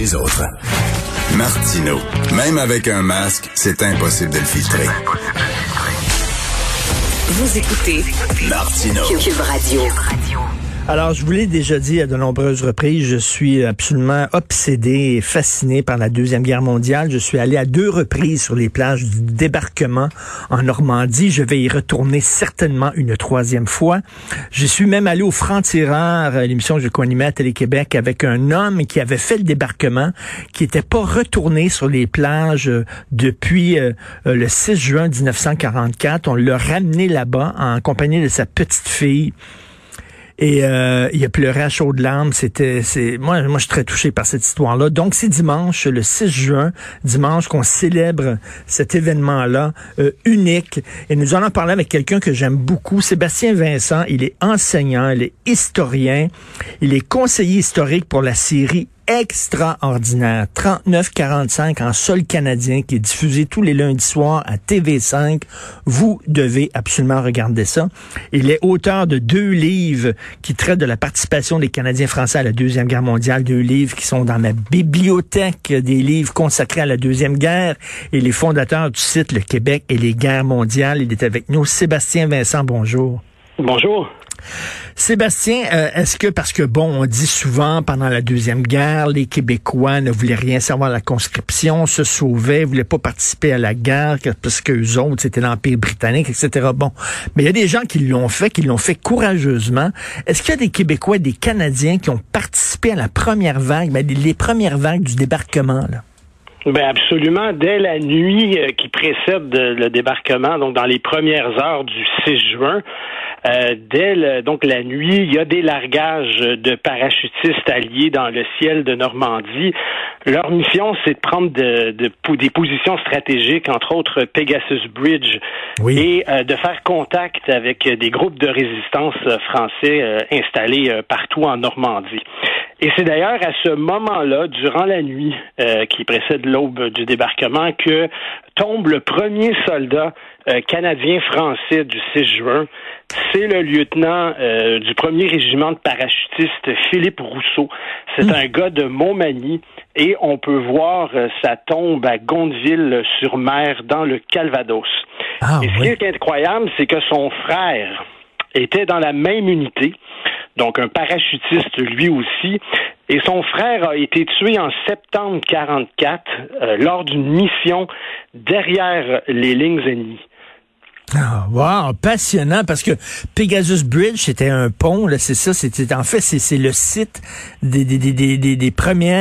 les autres. Martineau, même avec un masque, c'est impossible de le filtrer. Vous écoutez Martineau. Cube Radio. Alors, je vous l'ai déjà dit à de nombreuses reprises, je suis absolument obsédé et fasciné par la Deuxième Guerre mondiale. Je suis allé à 2 reprises sur les plages du débarquement en Normandie. Je vais y retourner certainement une 3e fois. Je suis même allé au Franc-Tireur, l'émission que je co-animais à Télé-Québec, avec un homme qui avait fait le débarquement, qui n'était pas retourné sur les plages depuis le 6 juin 1944. On l'a ramené là-bas en compagnie de sa petite fille. Et il a pleuré à chaudes larmes. Moi, je suis très touché par cette histoire-là. Donc, c'est dimanche, le 6 juin, dimanche, qu'on célèbre cet événement-là unique. Et nous allons parler avec quelqu'un que j'aime beaucoup, Sébastien Vincent. Il est enseignant, il est historien, il est conseiller historique pour la série extraordinaire 3945 en sol canadien qui est diffusé tous les lundis soirs à TV5. Vous devez absolument regarder ça. Il est auteur de 2 livres qui traitent de la participation des Canadiens français à la Deuxième Guerre mondiale. 2 livres qui sont dans ma bibliothèque, des livres consacrés à la Deuxième Guerre. Et les fondateurs du site Le Québec et les guerres mondiales. Il est avec nous. Sébastien Vincent, bonjour. Bonjour. Sébastien, est-ce que, parce que on dit souvent pendant la Deuxième Guerre, les Québécois ne voulaient rien savoir de la conscription, se sauvaient, voulaient pas participer à la guerre parce qu'eux autres, c'était l'Empire britannique, etc. Bon, mais il y a des gens qui l'ont fait courageusement. Est-ce qu'il y a des Québécois et des Canadiens qui ont participé à la première vague, les premières vagues du débarquement, là? Ben absolument. Dès la nuit qui précède le débarquement, donc dans les premières heures du 6 juin, donc la nuit, il y a des largages de parachutistes alliés dans le ciel de Normandie. Leur mission, c'est de prendre des positions stratégiques, entre autres Pegasus Bridge, et de faire contact avec des groupes de résistance français installés partout en Normandie. Et c'est d'ailleurs à ce moment-là, durant la nuit qui précède l'aube du débarquement, que tombe le premier soldat canadien-français du 6 juin. C'est le lieutenant du 1er régiment de parachutistes, Philippe Rousseau. C'est un gars de Montmagny et on peut voir sa tombe à Gondeville-sur-Mer dans le Calvados. Ce qui est incroyable, c'est que son frère était dans la même unité, donc un parachutiste lui aussi, et son frère a été tué en septembre 1944 lors d'une mission derrière les lignes ennemies. Ah, wow, passionnant, parce que Pegasus Bridge, c'était un pont, là, c'est ça, c'est le site des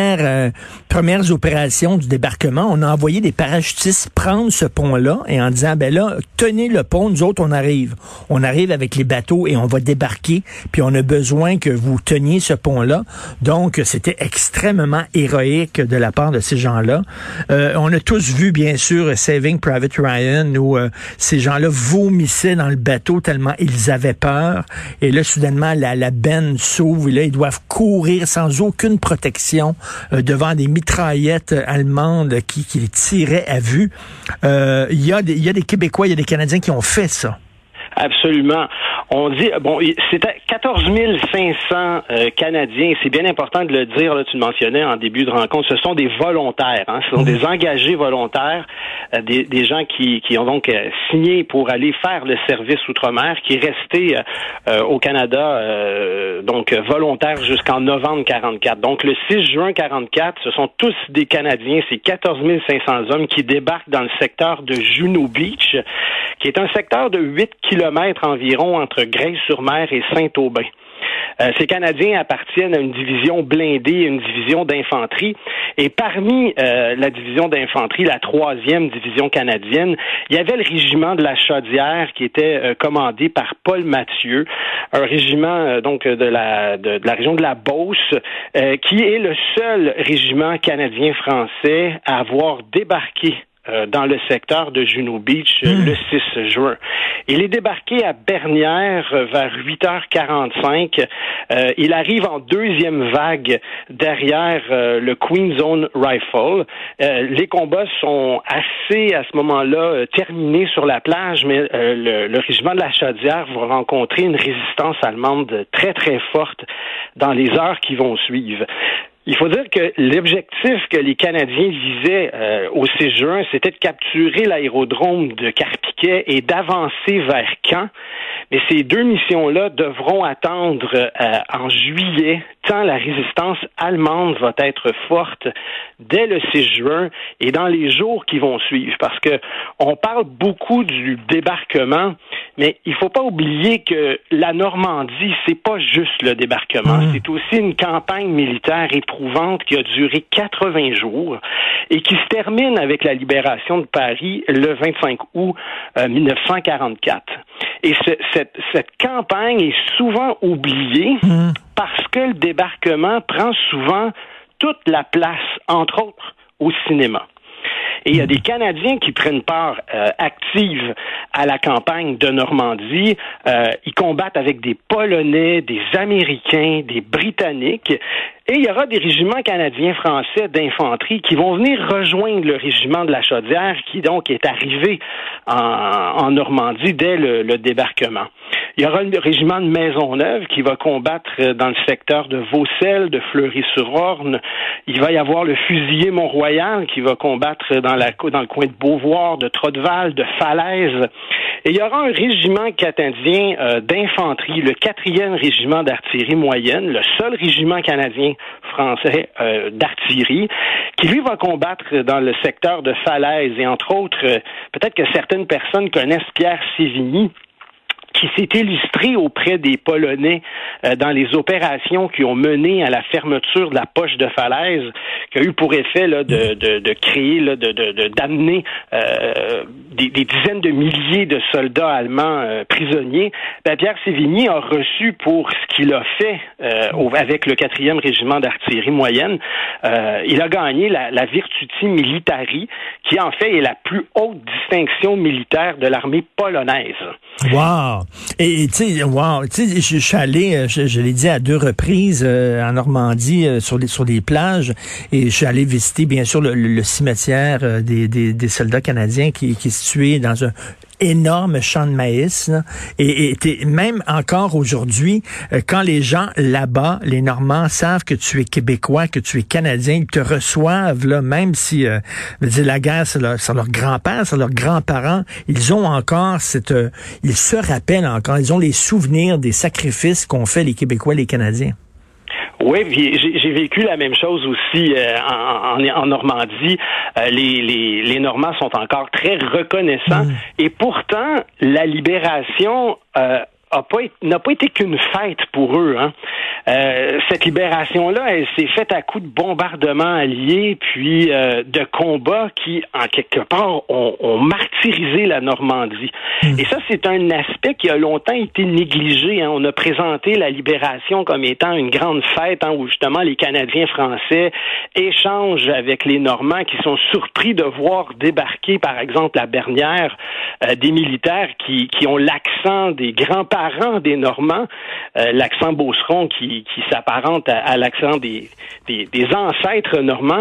premières opérations du débarquement. On a envoyé des parachutistes prendre ce pont-là et en disant, tenez le pont, nous autres, on arrive avec les bateaux et on va débarquer, puis on a besoin que vous teniez ce pont-là. Donc, c'était extrêmement héroïque de la part de ces gens-là. On a tous vu, bien sûr, Saving Private Ryan, où ces gens-là vomissaient dans le bateau tellement ils avaient peur. Et là, soudainement, la benne s'ouvre et là, ils doivent courir sans aucune protection devant des mitraillettes allemandes qui les tiraient à vue. Il y a des Québécois, il y a des Canadiens qui ont fait ça. Absolument. On dit, c'était 14 500 Canadiens. C'est bien important de le dire, là, tu le mentionnais en début de rencontre. Ce sont des volontaires. Ce sont des engagés volontaires, des gens qui ont donc signé pour aller faire le service outre-mer, qui est resté au Canada, donc volontaire jusqu'en novembre 44. Donc le 6 juin 44, ce sont tous des Canadiens. C'est 14 500 hommes qui débarquent dans le secteur de Juno Beach, qui est un secteur de 8 kilomètres environ entre Grèce-sur-Mer et Saint-Aubin. Ces Canadiens appartiennent à une division blindée, une division d'infanterie. Et parmi la division d'infanterie, la 3e division canadienne, il y avait le régiment de la Chaudière qui était commandé par Paul Mathieu, un régiment donc de la région de la Beauce, qui est le seul régiment canadien-français à avoir débarqué dans le secteur de Juno Beach le 6 juin. Il est débarqué à Bernières vers 8h45. Il arrive en 2e vague derrière le Queen Zone Rifle. Les combats sont assez, à ce moment-là, terminés sur la plage, mais le régiment de la Chaudière va rencontrer une résistance allemande très, très forte dans les heures qui vont suivre. Il faut dire que l'objectif que les Canadiens visaient au 6 juin, c'était de capturer l'aérodrome de Carpiquet et d'avancer vers Caen. Mais ces deux missions-là devront attendre en juillet, tant la résistance allemande va être forte dès le 6 juin et dans les jours qui vont suivre. Parce que on parle beaucoup du débarquement, mais il faut pas oublier que la Normandie, c'est pas juste le débarquement. C'est aussi une campagne militaire éprouvante qui a duré 80 jours et qui se termine avec la libération de Paris le 25 août 1944. Et cette campagne est souvent oubliée parce que le débarquement prend souvent toute la place, entre autres, au cinéma. Et il y a des Canadiens qui prennent part active à la campagne de Normandie. Ils combattent avec des Polonais, des Américains, des Britanniques. Et il y aura des régiments canadiens français d'infanterie qui vont venir rejoindre le régiment de la Chaudière qui donc est arrivé en Normandie dès le débarquement. Il y aura le régiment de Maisonneuve qui va combattre dans le secteur de Vaucelles, de Fleury-sur-Orne. Il va y avoir le fusilier Mont-Royal qui va combattre dans le coin de Beauvoir, de Trotteval, de Falaise. Et il y aura un régiment canadien d'infanterie, le 4e régiment d'artillerie moyenne, le seul régiment canadien français d'artillerie, qui lui va combattre dans le secteur de Falaise. Et entre autres, peut-être que certaines personnes connaissent Pierre Sévigny, qui s'est illustré auprès des Polonais dans les opérations qui ont mené à la fermeture de la poche de Falaise, qui a eu pour effet là, de créer, là, d'amener des dizaines de milliers de soldats allemands prisonniers. Pierre Sévigny a reçu pour ce qu'il a fait avec le 4e régiment d'artillerie moyenne, il a gagné la Virtuti Militari, qui en fait est la plus haute distinction militaire de l'armée polonaise. Wow! Et tu sais, je suis allé, je l'ai dit à 2 reprises en Normandie sur des plages, et je suis allé visiter bien sûr le cimetière des soldats canadiens qui est situé dans un énorme champ de maïs, là. Et même encore aujourd'hui, quand les gens là-bas, les Normands, savent que tu es québécois, que tu es canadien, ils te reçoivent, là, même si la guerre, c'est leur grand-père, c'est leurs grands-parents, ils ont encore ils se rappellent encore, ils ont les souvenirs des sacrifices qu'ont fait les Québécois, les Canadiens. Oui, j'ai vécu la même chose aussi en Normandie. Les Normands sont encore très reconnaissants. Et pourtant, la libération n'a pas été qu'une fête pour eux. Hein. Cette libération-là, elle s'est faite à coups de bombardements alliés, puis de combats qui, en quelque part, ont martyrisé la Normandie. Et ça, c'est un aspect qui a longtemps été négligé. Hein. On a présenté la libération comme étant une grande fête, hein, où justement les Canadiens français échangent avec les Normands qui sont surpris de voir débarquer, par exemple, à Bernières, des militaires qui ont l'accent des grands-parents des Normands, l'accent beauceron qui s'apparente à l'accent des ancêtres normands.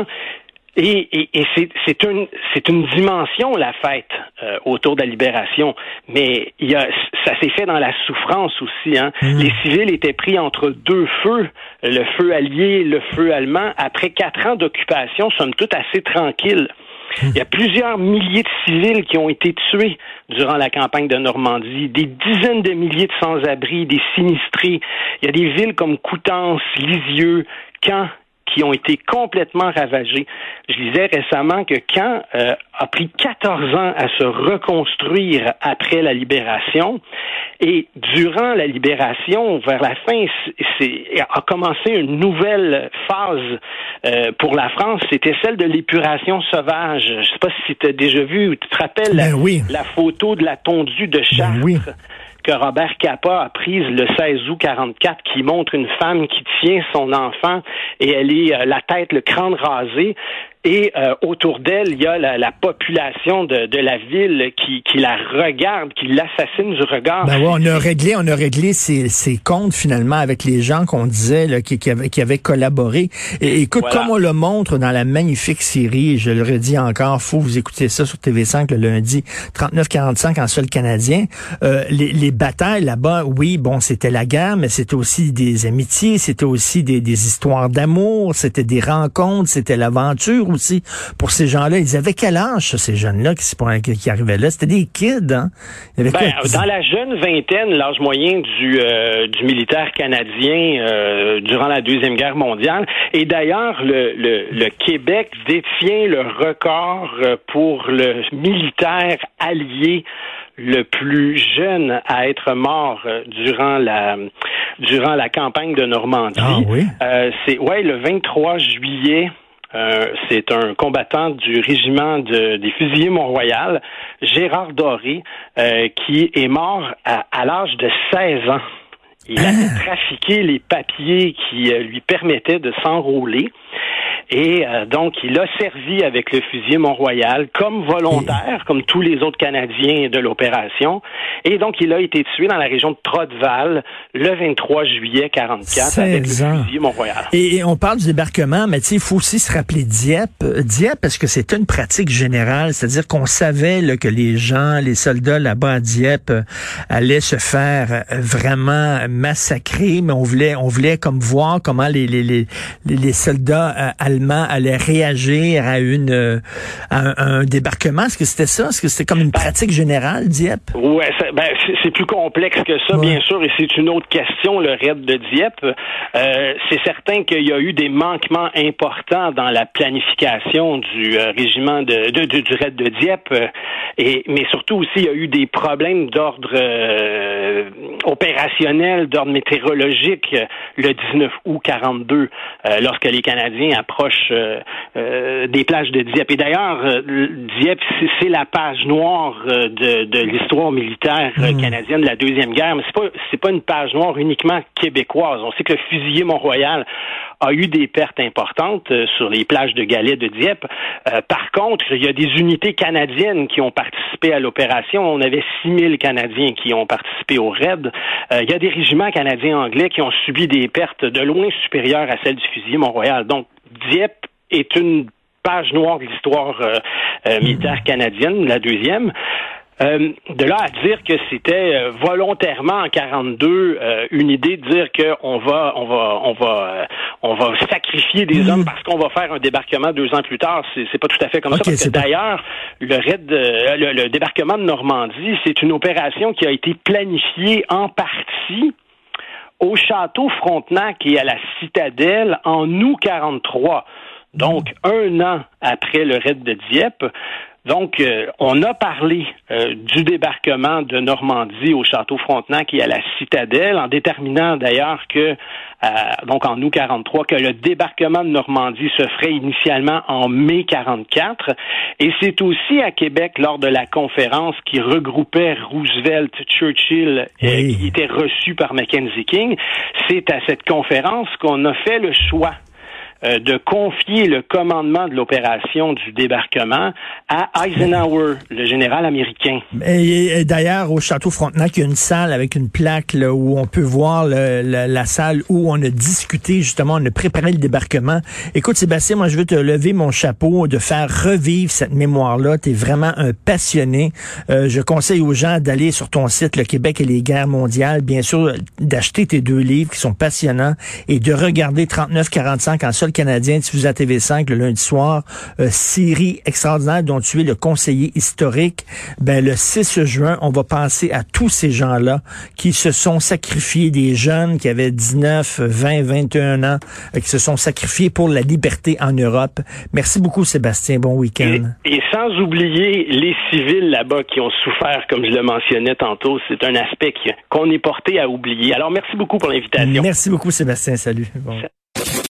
Et c'est une dimension, la fête, autour de la libération. Mais ça s'est fait dans la souffrance aussi, hein. Les civils étaient pris entre 2 feux, le feu allié, le feu allemand, après 4 ans d'occupation, somme toute assez tranquille. Il y a plusieurs milliers de civils qui ont été tués durant la campagne de Normandie, des dizaines de milliers de sans-abri, des sinistrés. Il y a des villes comme Coutances, Lisieux, Caen, qui ont été complètement ravagées. Je lisais récemment que Caen a pris 14 ans à se reconstruire après la libération. Et durant la libération, vers la fin, a commencé une nouvelle phase pour la France. C'était celle de l'épuration sauvage. Je ne sais pas si tu as déjà vu ou tu te rappelles la photo de la tondue de Chartres. Oui. Que Robert Capa a prise le 16 août 44, qui montre une femme qui tient son enfant et elle est la tête, le crâne rasé. et autour d'elle, il y a la population de la ville qui la regarde, qui l'assassine du regard. Ben ouais, on a réglé ces comptes finalement avec les gens qu'on disait là, qui avaient collaboré. Et écoute, voilà. Comme on le montre dans la magnifique série, je le redis encore, faut vous écouter ça sur TV5 le lundi, 39-45 en sol canadien. Les batailles là-bas, oui, bon, c'était la guerre, mais c'était aussi des amitiés, c'était aussi des histoires d'amour, c'était des rencontres, c'était l'aventure aussi. Pour ces gens-là, ils avaient quel âge, ça, ces jeunes-là qui arrivaient là? C'était des kids, hein? Dans la jeune vingtaine, l'âge moyen du militaire canadien durant la Deuxième Guerre mondiale. Et d'ailleurs, le Québec détient le record pour le militaire allié le plus jeune à être mort durant la campagne de Normandie. Ah oui? C'est le 23 juillet. C'est un combattant du régiment des fusiliers Mont-Royal, Gérard Doré, qui est mort à l'âge de 16 ans. Il avait trafiqué les papiers qui lui permettaient de s'enrôler. Et donc, il a servi avec le fusilier Mont-Royal comme volontaire, comme tous les autres Canadiens de l'opération. Et donc, il a été tué dans la région de Trotteval le 23 juillet 44 avec le fusilier Mont-Royal. Et on parle du débarquement, mais tu sais, il faut aussi se rappeler Dieppe. Dieppe, parce que c'est une pratique générale, c'est-à-dire qu'on savait là, que les soldats là-bas à Dieppe allaient se faire vraiment massacrer, mais on voulait comme voir comment les soldats allemands allaient réagir à un débarquement. Est-ce que c'était ça? Est-ce que c'était comme une pratique générale, Dieppe? Ouais, c'est plus complexe que ça, bien sûr, et c'est une autre question, le raid de Dieppe. C'est certain qu'il y a eu des manquements importants dans la planification du régiment du raid de Dieppe, mais surtout aussi, il y a eu des problèmes d'ordre opérationnel, d'ordre météorologique, le 19 août 42, lorsque les Canadiens approchent des plages de Dieppe. Et d'ailleurs, Dieppe, c'est la page noire de l'histoire militaire canadienne de la Deuxième Guerre, mais c'est pas une page noire uniquement québécoise. On sait que le fusilier Mont-Royal a eu des pertes importantes sur les plages de galets de Dieppe. Par contre, il y a des unités canadiennes qui ont participé à l'opération. On avait 6000 Canadiens qui ont participé au raid. Il y a des régiments canadiens anglais qui ont subi des pertes de loin supérieures à celles du fusilier Mont-Royal. Donc, Dieppe est une page noire de l'histoire militaire canadienne, la deuxième. De là à dire que c'était volontairement en 42 une idée de dire que on va sacrifier des hommes parce qu'on va faire un débarquement 2 ans plus tard, c'est pas tout à fait comme ça, parce que d'ailleurs le débarquement de Normandie, c'est une opération qui a été planifiée en partie au château Frontenac et à la Citadelle en août 43. Donc, 1 an après le raid de Dieppe. Donc, on a parlé du débarquement de Normandie au château Frontenac et à la Citadelle, en déterminant d'ailleurs que, donc en août 43, que le débarquement de Normandie se ferait initialement en mai 44. Et c'est aussi à Québec, lors de la conférence qui regroupait Roosevelt, Churchill, qui était reçu par Mackenzie King, c'est à cette conférence qu'on a fait le choix de confier le commandement de l'opération du débarquement à Eisenhower, le général américain. Et d'ailleurs, au Château Frontenac, il y a une salle avec une plaque là, où on peut voir la salle où on a discuté, justement, on a préparé le débarquement. Écoute, Sébastien, moi, je veux te lever mon chapeau de faire revivre cette mémoire-là. Tu es vraiment un passionné. Je conseille aux gens d'aller sur ton site, Le Québec et les guerres mondiales, bien sûr, d'acheter tes 2 livres qui sont passionnants et de regarder 39-45 en sol canadien diffusé à TV5 le lundi soir, série extraordinaire dont tu es le conseiller historique. Ben, le 6 juin, on va penser à tous ces gens-là qui se sont sacrifiés, des jeunes qui avaient 19, 20, 21 ans, qui se sont sacrifiés pour la liberté en Europe. Merci beaucoup, Sébastien. Bon week-end. Et sans oublier les civils là-bas qui ont souffert, comme je le mentionnais tantôt, c'est un aspect qu'on est porté à oublier. Alors, merci beaucoup pour l'invitation. Merci beaucoup, Sébastien. Salut. Bon.